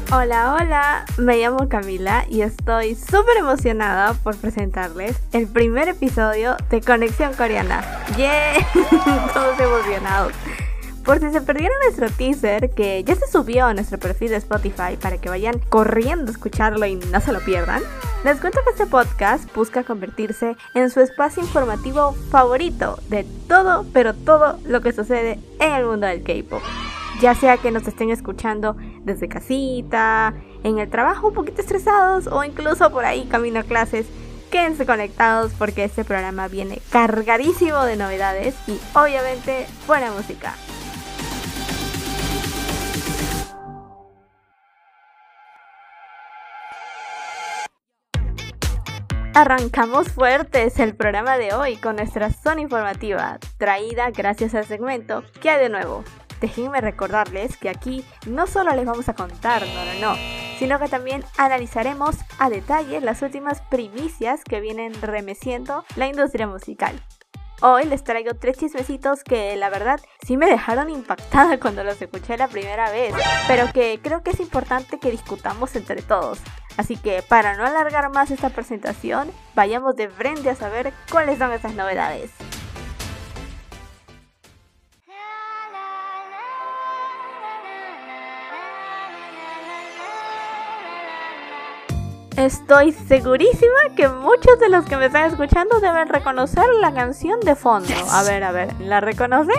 Hola, hola, me llamo Camila y estoy súper emocionada por presentarles el primer episodio de Conexión Coreana. ¡Yeah! Todos emocionados. Por si se perdieron nuestro teaser, que ya se subió a nuestro perfil de Spotify para que vayan corriendo a escucharlo y no se lo pierdan, les cuento que este podcast busca convertirse en su espacio informativo favorito de todo, pero todo lo que sucede en el mundo del K-pop. Ya sea que nos estén escuchando desde casita, en el trabajo un poquito estresados o incluso por ahí camino a clases, quédense conectados porque este programa viene cargadísimo de novedades y obviamente buena música. Arrancamos fuertes el programa de hoy con nuestra zona informativa, traída gracias al segmento ¿Qué hay de nuevo? Déjenme recordarles que aquí no solo les vamos a contar, no, sino que también analizaremos a detalle las últimas primicias que vienen remeciendo la industria musical. Hoy les traigo 3 chismecitos que la verdad sí me dejaron impactada cuando los escuché la primera vez, pero que creo que es importante que discutamos entre todos. Así que para no alargar más esta presentación, vayamos de frente a saber cuáles son esas novedades. Estoy segurísima que muchos de los que me están escuchando deben reconocer la canción de fondo. A ver, ¿la reconoce?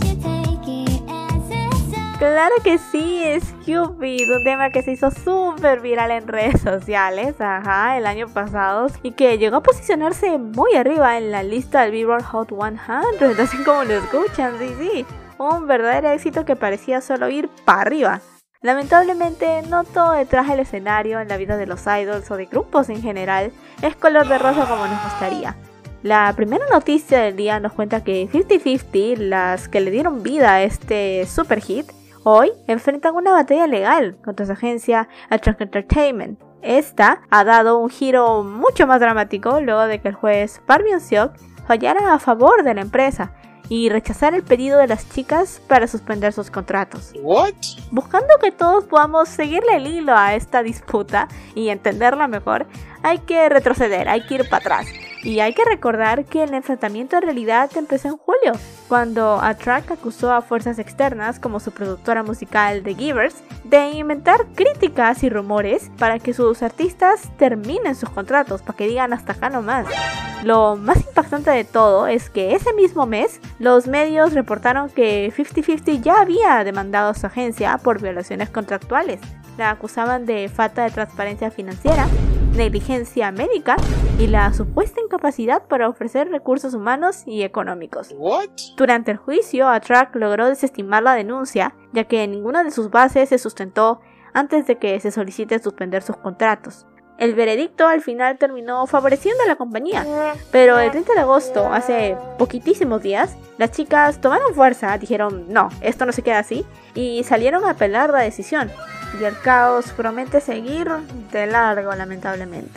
Claro que sí, es Cupid, un tema que se hizo súper viral en redes sociales, el año pasado, y que llegó a posicionarse muy arriba en la lista del Billboard Hot 100, así como lo escuchan, sí, un verdadero éxito que parecía solo ir para arriba. Lamentablemente, no todo detrás del escenario en la vida de los idols o de grupos en general es color de rosa como nos gustaría. La primera noticia del día nos cuenta que 50-50, las que le dieron vida a este super hit, hoy enfrentan una batalla legal contra su agencia Attract Entertainment. Esta ha dado un giro mucho más dramático luego de que el juez Park Byung-seok fallara a favor de la empresa y rechazar el pedido de las chicas para suspender sus contratos. What? Buscando que todos podamos seguirle el hilo a esta disputa y entenderla mejor, hay que retroceder, hay que ir para atrás. Y hay que recordar que el enfrentamiento en realidad empezó en julio, cuando Attract acusó a fuerzas externas como su productora musical The Givers de inventar críticas y rumores para que sus artistas terminen sus contratos, para que digan hasta acá nomás. Lo más impactante de todo es que ese mismo mes los medios reportaron que 50-50 ya había demandado a su agencia por violaciones contractuales. La acusaban de falta de transparencia financiera, negligencia médica y la supuesta incapacidad para ofrecer recursos humanos y económicos. What? Durante el juicio, Attract logró desestimar la denuncia, ya que ninguna de sus bases se sustentó antes de que se solicite suspender sus contratos. El veredicto al final terminó favoreciendo a la compañía, pero el 30 de agosto, hace poquitísimos días, las chicas tomaron fuerza, dijeron no, esto no se queda así, y salieron a apelar la decisión. Y el caos promete seguir de largo, lamentablemente.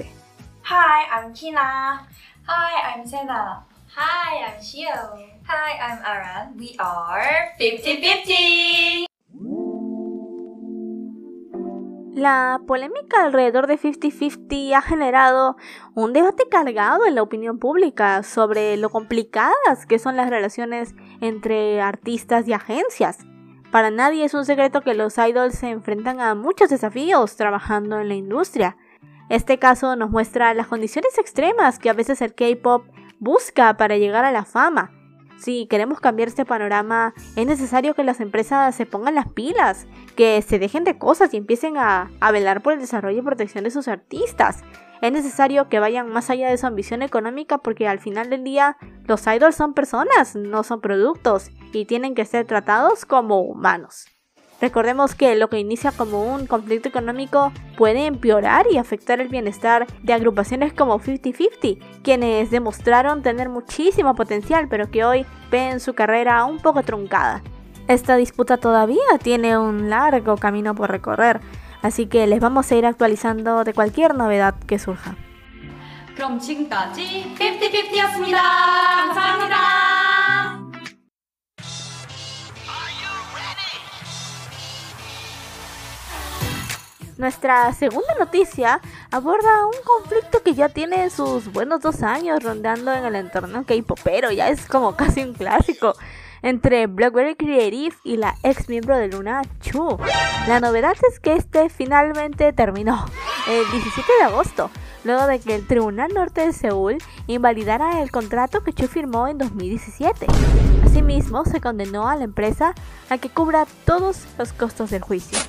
Hi, I'm Kina. Hi, I'm Sena. Hi, I'm Shio. Hi, I'm Aran. We are 50-50. La polémica alrededor de 50-50 ha generado un debate cargado en la opinión pública sobre lo complicadas que son las relaciones entre artistas y agencias. Para nadie es un secreto que los idols se enfrentan a muchos desafíos trabajando en la industria. Este caso nos muestra las condiciones extremas que a veces el K-pop busca para llegar a la fama. Si queremos cambiar este panorama, es necesario que las empresas se pongan las pilas, que se dejen de cosas y empiecen a velar por el desarrollo y protección de sus artistas. Es necesario que vayan más allá de su ambición económica porque al final del día los idols son personas, no son productos y tienen que ser tratados como humanos. Recordemos que lo que inicia como un conflicto económico puede empeorar y afectar el bienestar de agrupaciones como 50-50, quienes demostraron tener muchísimo potencial pero que hoy ven su carrera un poco truncada. Esta disputa todavía tiene un largo camino por recorrer, así que les vamos a ir actualizando de cualquier novedad que surja. 그럼 지금까지 50-50였습니다. 감사합니다. Nuestra segunda noticia aborda un conflicto que ya tiene sus buenos 2 años rondando en el entorno K-popero, ya es como casi un clásico, entre Blockberry Creative y la ex miembro de Luna, Chu. La novedad es que este finalmente terminó el 17 de agosto, luego de que el Tribunal Norte de Seúl invalidara el contrato que Chu firmó en 2017. Asimismo, se condenó a la empresa a que cubra todos los costos del juicio.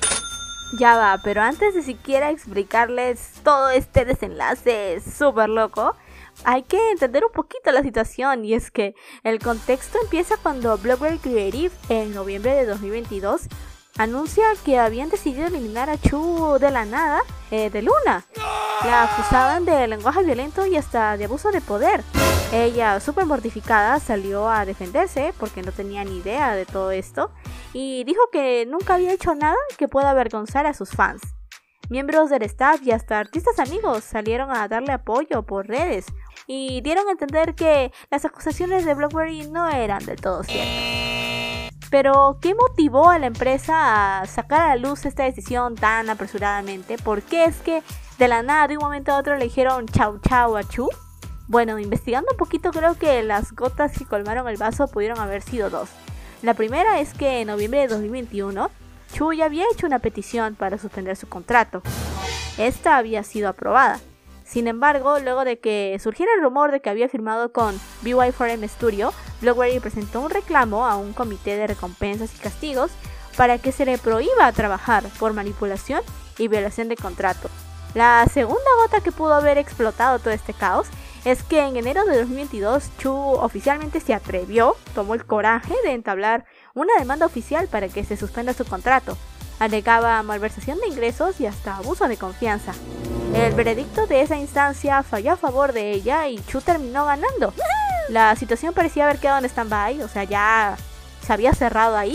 Ya va, pero antes de siquiera explicarles todo este desenlace súper loco, hay que entender un poquito la situación, y es que el contexto empieza cuando Blockberry Creative en noviembre de 2022 anuncia que habían decidido eliminar a Chu de la nada de Luna. La acusaban de lenguaje violento y hasta de abuso de poder. Ella, súper mortificada, salió a defenderse porque no tenía ni idea de todo esto y dijo que nunca había hecho nada que pueda avergonzar a sus fans. Miembros del staff y hasta artistas amigos salieron a darle apoyo por redes y dieron a entender que las acusaciones de Blockberry no eran del todo ciertas. Pero, ¿qué motivó a la empresa a sacar a la luz esta decisión tan apresuradamente? ¿Por qué es que de la nada, de un momento a otro, le dijeron chau chau a Chu? Bueno, investigando un poquito, creo que las gotas que colmaron el vaso pudieron haber sido 2. La primera es que en noviembre de 2021, Chu ya había hecho una petición para suspender su contrato. Esta había sido aprobada. Sin embargo, luego de que surgiera el rumor de que había firmado con BY4M Studio, Blockberry presentó un reclamo a un comité de recompensas y castigos para que se le prohíba trabajar por manipulación y violación de contrato. La segunda gota que pudo haber explotado todo este caos es que en enero de 2022 Chu oficialmente se atrevió, tomó el coraje de entablar una demanda oficial para que se suspenda su contrato. Alegaba malversación de ingresos y hasta abuso de confianza. El veredicto de esa instancia falló a favor de ella y Chu terminó ganando. La situación parecía haber quedado en stand-by, o sea, ya se había cerrado ahí,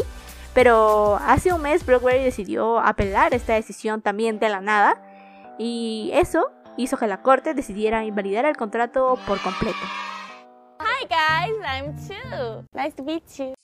pero hace un mes Blockberry decidió apelar esta decisión también de la nada, y eso hizo que la corte decidiera invalidar el contrato por completo. Hi guys, I'm Chu. Nice to meet you.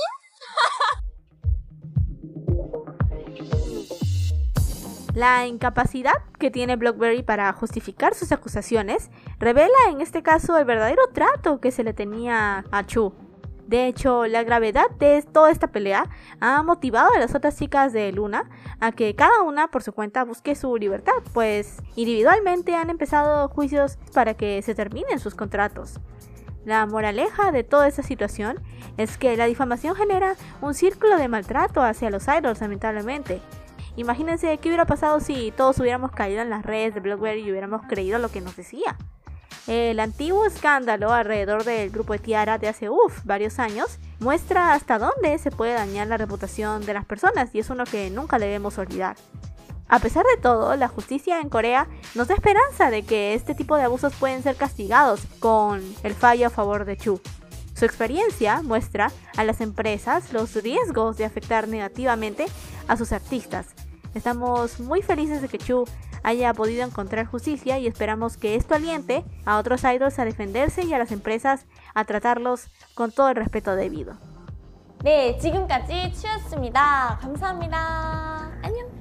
La incapacidad que tiene Blockberry para justificar sus acusaciones revela en este caso el verdadero trato que se le tenía a Chu. De hecho, la gravedad de toda esta pelea ha motivado a las otras chicas de Luna a que cada una por su cuenta busque su libertad, pues individualmente han empezado juicios para que se terminen sus contratos. La moraleja de toda esta situación es que la difamación genera un círculo de maltrato hacia los idols, lamentablemente. Imagínense qué hubiera pasado si todos hubiéramos caído en las redes de Blockberry y hubiéramos creído lo que nos decía. El antiguo escándalo alrededor del grupo de T-ara de hace varios años muestra hasta dónde se puede dañar la reputación de las personas, y es uno que nunca debemos olvidar. A pesar de todo, la justicia en Corea nos da esperanza de que este tipo de abusos pueden ser castigados con el fallo a favor de Chu. Su experiencia muestra a las empresas los riesgos de afectar negativamente a sus artistas. Estamos muy felices de que Chu haya podido encontrar justicia y esperamos que esto aliente a otros idols a defenderse y a las empresas a tratarlos con todo el respeto debido. 네, 지금까지 추였습니다. 감사합니다. 안녕.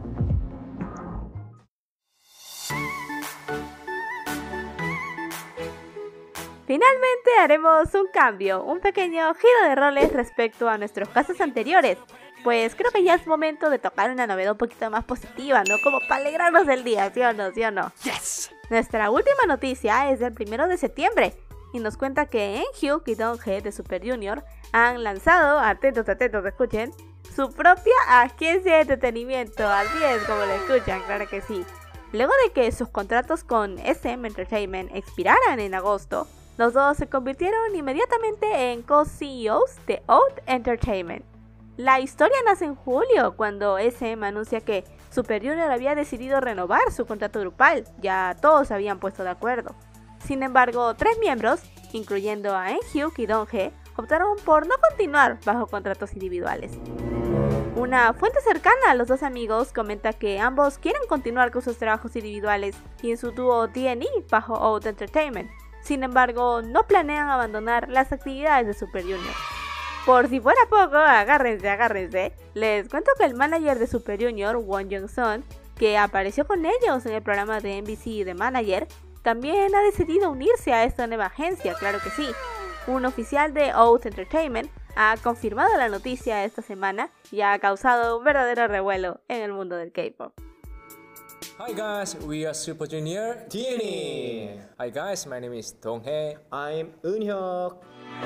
Finalmente haremos un cambio, un pequeño giro de roles respecto a nuestros casos anteriores. Pues creo que ya es momento de tocar una novedad un poquito más positiva, ¿no? Como para alegrarnos del día, ¿sí o no? ¿Sí o no? Yes. Nuestra última noticia es del 1 de septiembre y nos cuenta que Hyuk y Donghae de Super Junior han lanzado, atentos, escuchen, su propia agencia de entretenimiento. Así es como lo escuchan, claro que sí. Luego de que sus contratos con SM Entertainment expiraran en agosto, los dos se convirtieron inmediatamente en co-CEOs de Oat Entertainment. La historia nace en julio, cuando SM anuncia que Super Junior había decidido renovar su contrato grupal, ya todos se habían puesto de acuerdo. Sin embargo, 3 miembros, incluyendo a Hyuk y Donghae, optaron por no continuar bajo contratos individuales. Una fuente cercana a los dos amigos comenta que ambos quieren continuar con sus trabajos individuales y en su dúo D&E bajo Oat Entertainment. Sin embargo, no planean abandonar las actividades de Super Junior. Por si fuera poco, agárrense, les cuento que el manager de Super Junior, Won Jung-sun, que apareció con ellos en el programa de NBC The Manager, también ha decidido unirse a esta nueva agencia, claro que sí. Un oficial de Oath Entertainment ha confirmado la noticia esta semana y ha causado un verdadero revuelo en el mundo del K-pop. Hi guys, we are Super Junior Teeny. Hi guys, my name is Donghae. I'm Eunhyuk.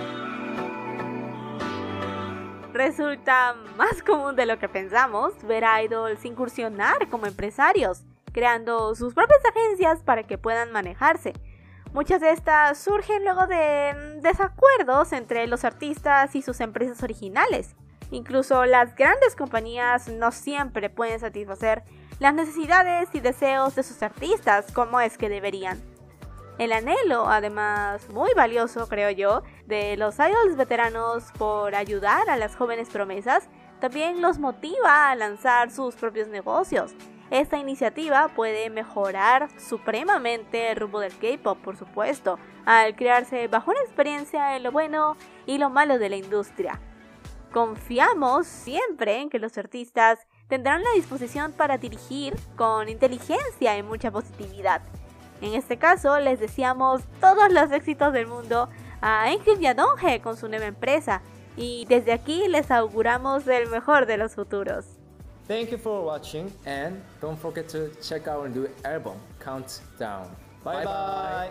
Resulta más común de lo que pensamos ver a idols incursionar como empresarios, creando sus propias agencias para que puedan manejarse. Muchas de estas surgen luego de desacuerdos entre los artistas y sus empresas originales. Incluso las grandes compañías no siempre pueden satisfacer las necesidades y deseos de sus artistas como es que deberían. El anhelo, además muy valioso creo yo, de los idols veteranos por ayudar a las jóvenes promesas, también los motiva a lanzar sus propios negocios. Esta iniciativa puede mejorar supremamente el rumbo del K-pop, por supuesto, al crearse bajo una experiencia en lo bueno y lo malo de la industria. Confiamos siempre en que los artistas tendrán la disposición para dirigir con inteligencia y mucha positividad. En este caso, les deseamos todos los éxitos del mundo a Eunhyuk y a Donghae con su nueva empresa, y desde aquí les auguramos el mejor de los futuros. Thank you for watching and don't forget to check our new album, Countdown. Bye bye.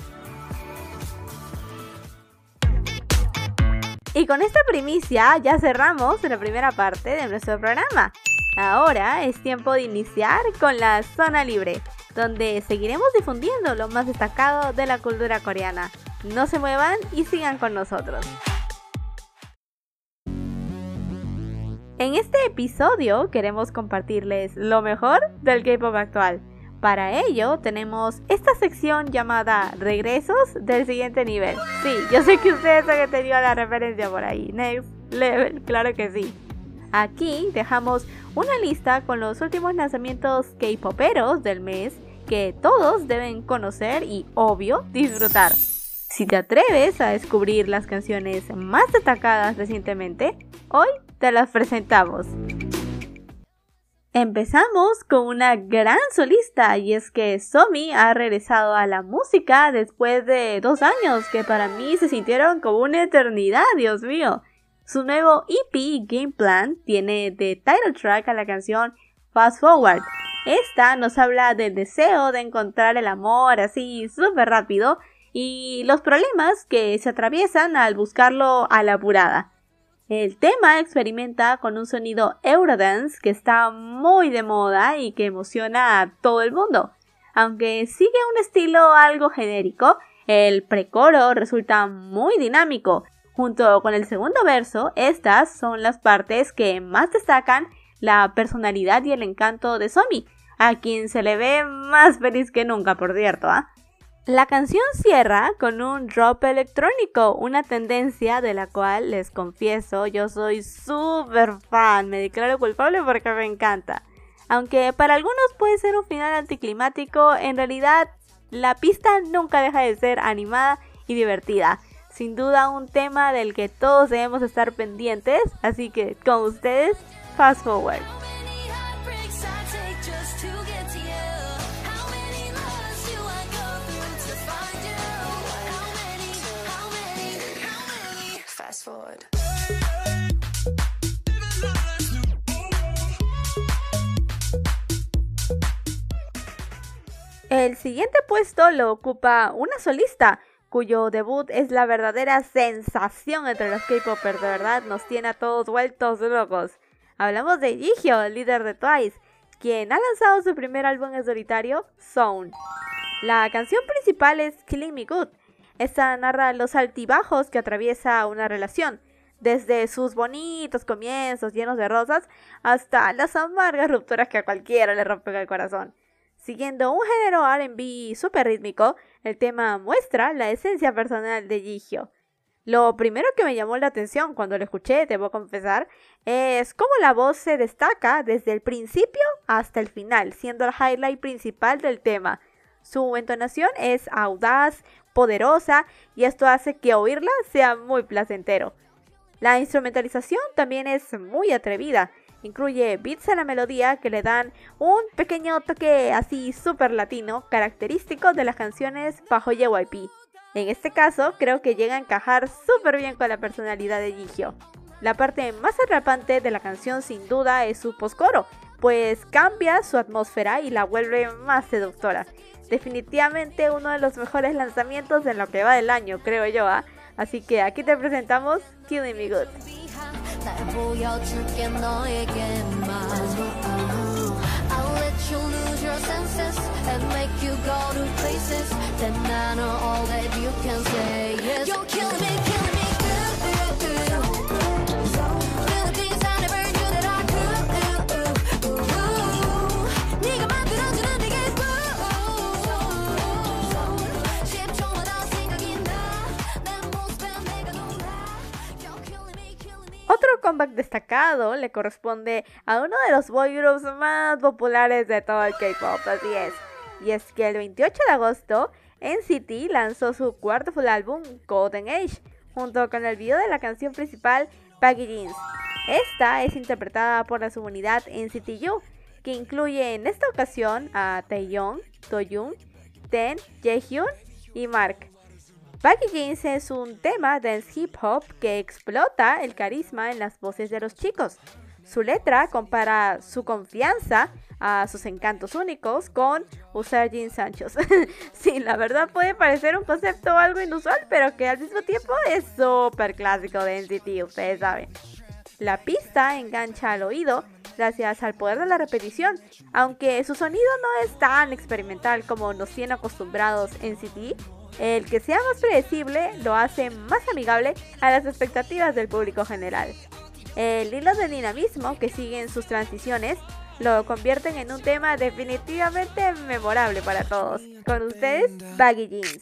Y con esta primicia ya cerramos la primera parte de nuestro programa. Ahora es tiempo de iniciar con la Zona Libre, donde seguiremos difundiendo lo más destacado de la cultura coreana. No se muevan y sigan con nosotros. En este episodio queremos compartirles lo mejor del K-pop actual. Para ello tenemos esta sección llamada Regresos del siguiente nivel. Sí, yo sé que ustedes han entendido la referencia por ahí. Next Level, claro que sí. Aquí dejamos una lista con los últimos lanzamientos K-poperos del mes que todos deben conocer y, obvio, disfrutar. Si te atreves a descubrir las canciones más destacadas recientemente, hoy te las presentamos. Empezamos con una gran solista, y es que Somi ha regresado a la música después de 2 años que para mí se sintieron como una eternidad, Dios mío. Su nuevo EP Game Plan tiene de title track a la canción Fast Forward. Esta nos habla del deseo de encontrar el amor así súper rápido y los problemas que se atraviesan al buscarlo a la apurada. El tema experimenta con un sonido Eurodance que está muy de moda y que emociona a todo el mundo. Aunque sigue un estilo algo genérico, el precoro resulta muy dinámico. Junto con el segundo verso, estas son las partes que más destacan la personalidad y el encanto de Somi, a quien se le ve más feliz que nunca, por cierto. La canción cierra con un drop electrónico, una tendencia de la cual, les confieso, yo soy súper fan, me declaro culpable porque me encanta. Aunque para algunos puede ser un final anticlimático, en realidad la pista nunca deja de ser animada y divertida. Sin duda un tema del que todos debemos estar pendientes, así que con ustedes, Fast Forward. El siguiente puesto lo ocupa una solista, cuyo debut es la verdadera sensación entre los K-popers, de verdad nos tiene a todos vueltos locos. Hablamos de Jihyo, líder de Twice, quien ha lanzado su primer álbum en solitario, Zone. La canción principal es Killing Me Good. Esta narra los altibajos que atraviesa una relación, desde sus bonitos comienzos llenos de rosas hasta las amargas rupturas que a cualquiera le rompen el corazón. Siguiendo un género R&B súper rítmico, el tema muestra la esencia personal de Jihyo. Lo primero que me llamó la atención cuando lo escuché, debo confesar, es cómo la voz se destaca desde el principio hasta el final, siendo el highlight principal del tema. Su entonación es audaz, poderosa, y esto hace que oírla sea muy placentero. La instrumentalización también es muy atrevida, Incluye beats en la melodía que le dan un pequeño toque así súper latino, característico de las canciones bajo JYP. En este caso, creo que llega a encajar súper bien con la personalidad de Jihyo. La parte más atrapante de la canción sin duda es su postcoro, pues cambia su atmósfera y la vuelve más seductora. Definitivamente uno de los mejores lanzamientos en lo que va del año, creo yo, ¿eh? Así que aquí te presentamos Killing Me Good. Otro comeback destacado le corresponde a uno de los boy groups más populares de todo el K-pop, así es. Y es que el 28 de agosto, NCT lanzó su cuarto full álbum, Golden Age, junto con el video de la canción principal, Baggy Jeans. Esta es interpretada por la subunidad NCT U, que incluye en esta ocasión a Taeyeon, Doyoung, Ten, Jaehyun y Mark. Baggy Jeans es un tema dance hip hop que explota el carisma en las voces de los chicos. Su letra compara su confianza a sus encantos únicos con usar jeans anchos. Sí, la verdad puede parecer un concepto algo inusual, pero que al mismo tiempo es súper clásico de NCT, ustedes saben. La pista engancha al oído gracias al poder de la repetición, aunque su sonido no es tan experimental como nos tienen acostumbrados NCT. El que sea más predecible lo hace más amigable a las expectativas del público general. El hilo de dinamismo que siguen sus transiciones lo convierten en un tema definitivamente memorable para todos. Con ustedes, Baggy Jeans.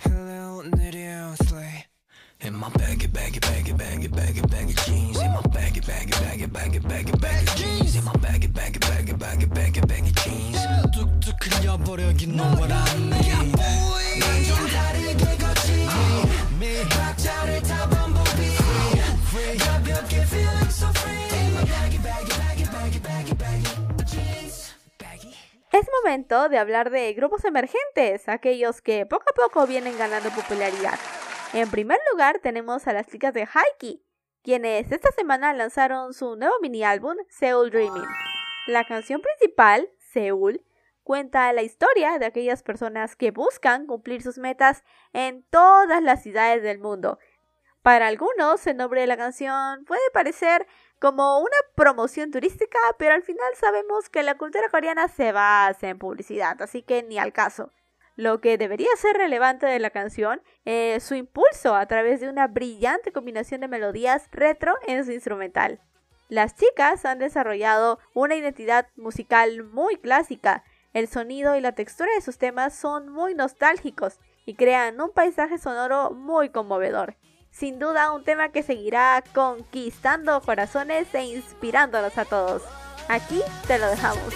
In my baggy jeans, in my baggy jeans, in my baggy jeans. 뚝뚝 흘려버려, you know what I mean. 난 좀 다르게 걷지. 박자를 타 반복이. 가볍게 feeling so free. In my baggy jeans. Es momento de hablar de grupos emergentes, aquellos que poco a poco vienen ganando popularidad. En primer lugar tenemos a las chicas de Haiki, quienes esta semana lanzaron su nuevo mini álbum Seoul Dreaming. La canción principal, Seoul, cuenta la historia de aquellas personas que buscan cumplir sus metas en todas las ciudades del mundo. Para algunos el nombre de la canción puede parecer como una promoción turística, pero al final sabemos que la cultura coreana se basa en publicidad, así que ni al caso. Lo que debería ser relevante de la canción es su impulso a través de una brillante combinación de melodías retro en su instrumental. Las chicas han desarrollado una identidad musical muy clásica, el sonido y la textura de sus temas son muy nostálgicos y crean un paisaje sonoro muy conmovedor. Sin duda un tema que seguirá conquistando corazones e inspirándonos a todos. Aquí te lo dejamos.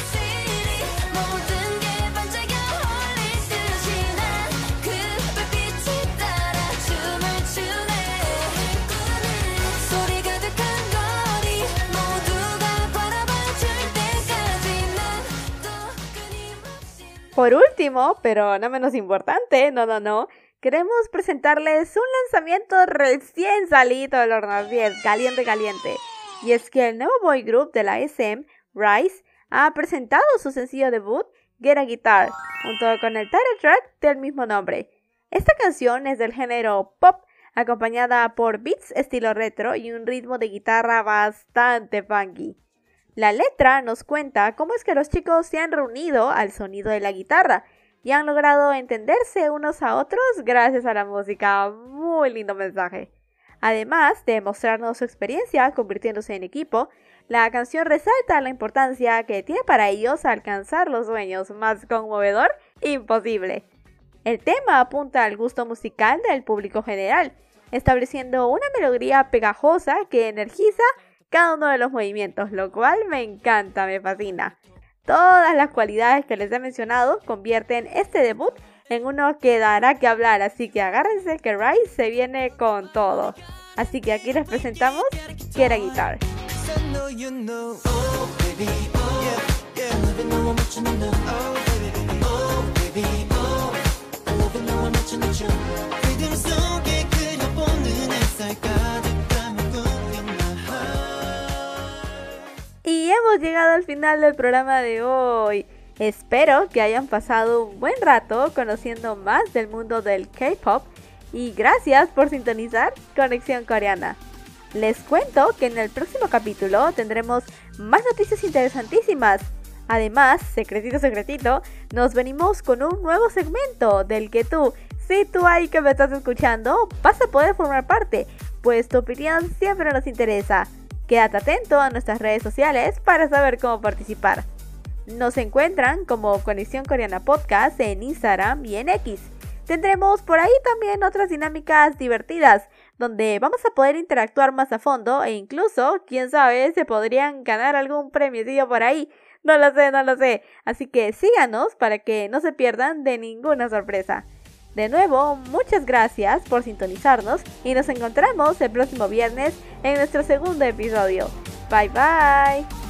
Por último, pero no menos importante, queremos presentarles un lanzamiento recién salido del horno, así es, caliente. Y es que el nuevo boy group de la SM, Rise, ha presentado su sencillo debut, Get a Guitar, junto con el title track del mismo nombre. Esta canción es del género pop, acompañada por beats estilo retro y un ritmo de guitarra bastante funky. La letra nos cuenta cómo es que los chicos se han reunido al sonido de la guitarra y han logrado entenderse unos a otros gracias a la música. Muy lindo mensaje. Además de mostrarnos su experiencia convirtiéndose en equipo, la canción resalta la importancia que tiene para ellos alcanzar los sueños. Más conmovedor, imposible. El tema apunta al gusto musical del público general, estableciendo una melodía pegajosa que energiza cada uno de los movimientos, lo cual me encanta, me fascina. Todas las cualidades que les he mencionado convierten este debut en uno que dará que hablar, así que agárrense que Rise se viene con todo. Así que aquí les presentamos Get a Guitar. 'cause I know you know. Oh baby, oh yeah, yeah. Love it 너무 미치는데. Oh baby, oh baby, oh. Love it 너무 미치는데. 리듬 속에 그려보는 햇살 가득한 꿈인 my heart. Y hemos llegado al final del programa de hoy. Espero que hayan pasado un buen rato conociendo más del mundo del K-pop y gracias por sintonizar Conexión Coreana. Les cuento que en el próximo capítulo tendremos más noticias interesantísimas. Además, secretito, nos venimos con un nuevo segmento del que tú, si tú ahí que me estás escuchando, vas a poder formar parte, pues tu opinión siempre nos interesa. Quédate atento a nuestras redes sociales para saber cómo participar. Nos encuentran como Conexión Coreana Podcast en Instagram y en X. Tendremos por ahí también otras dinámicas divertidas, donde vamos a poder interactuar más a fondo e incluso, quién sabe, se podrían ganar algún premio por ahí. No lo sé. Así que síganos para que no se pierdan de ninguna sorpresa. De nuevo, muchas gracias por sintonizarnos y nos encontramos el próximo viernes en nuestro segundo episodio. Bye bye.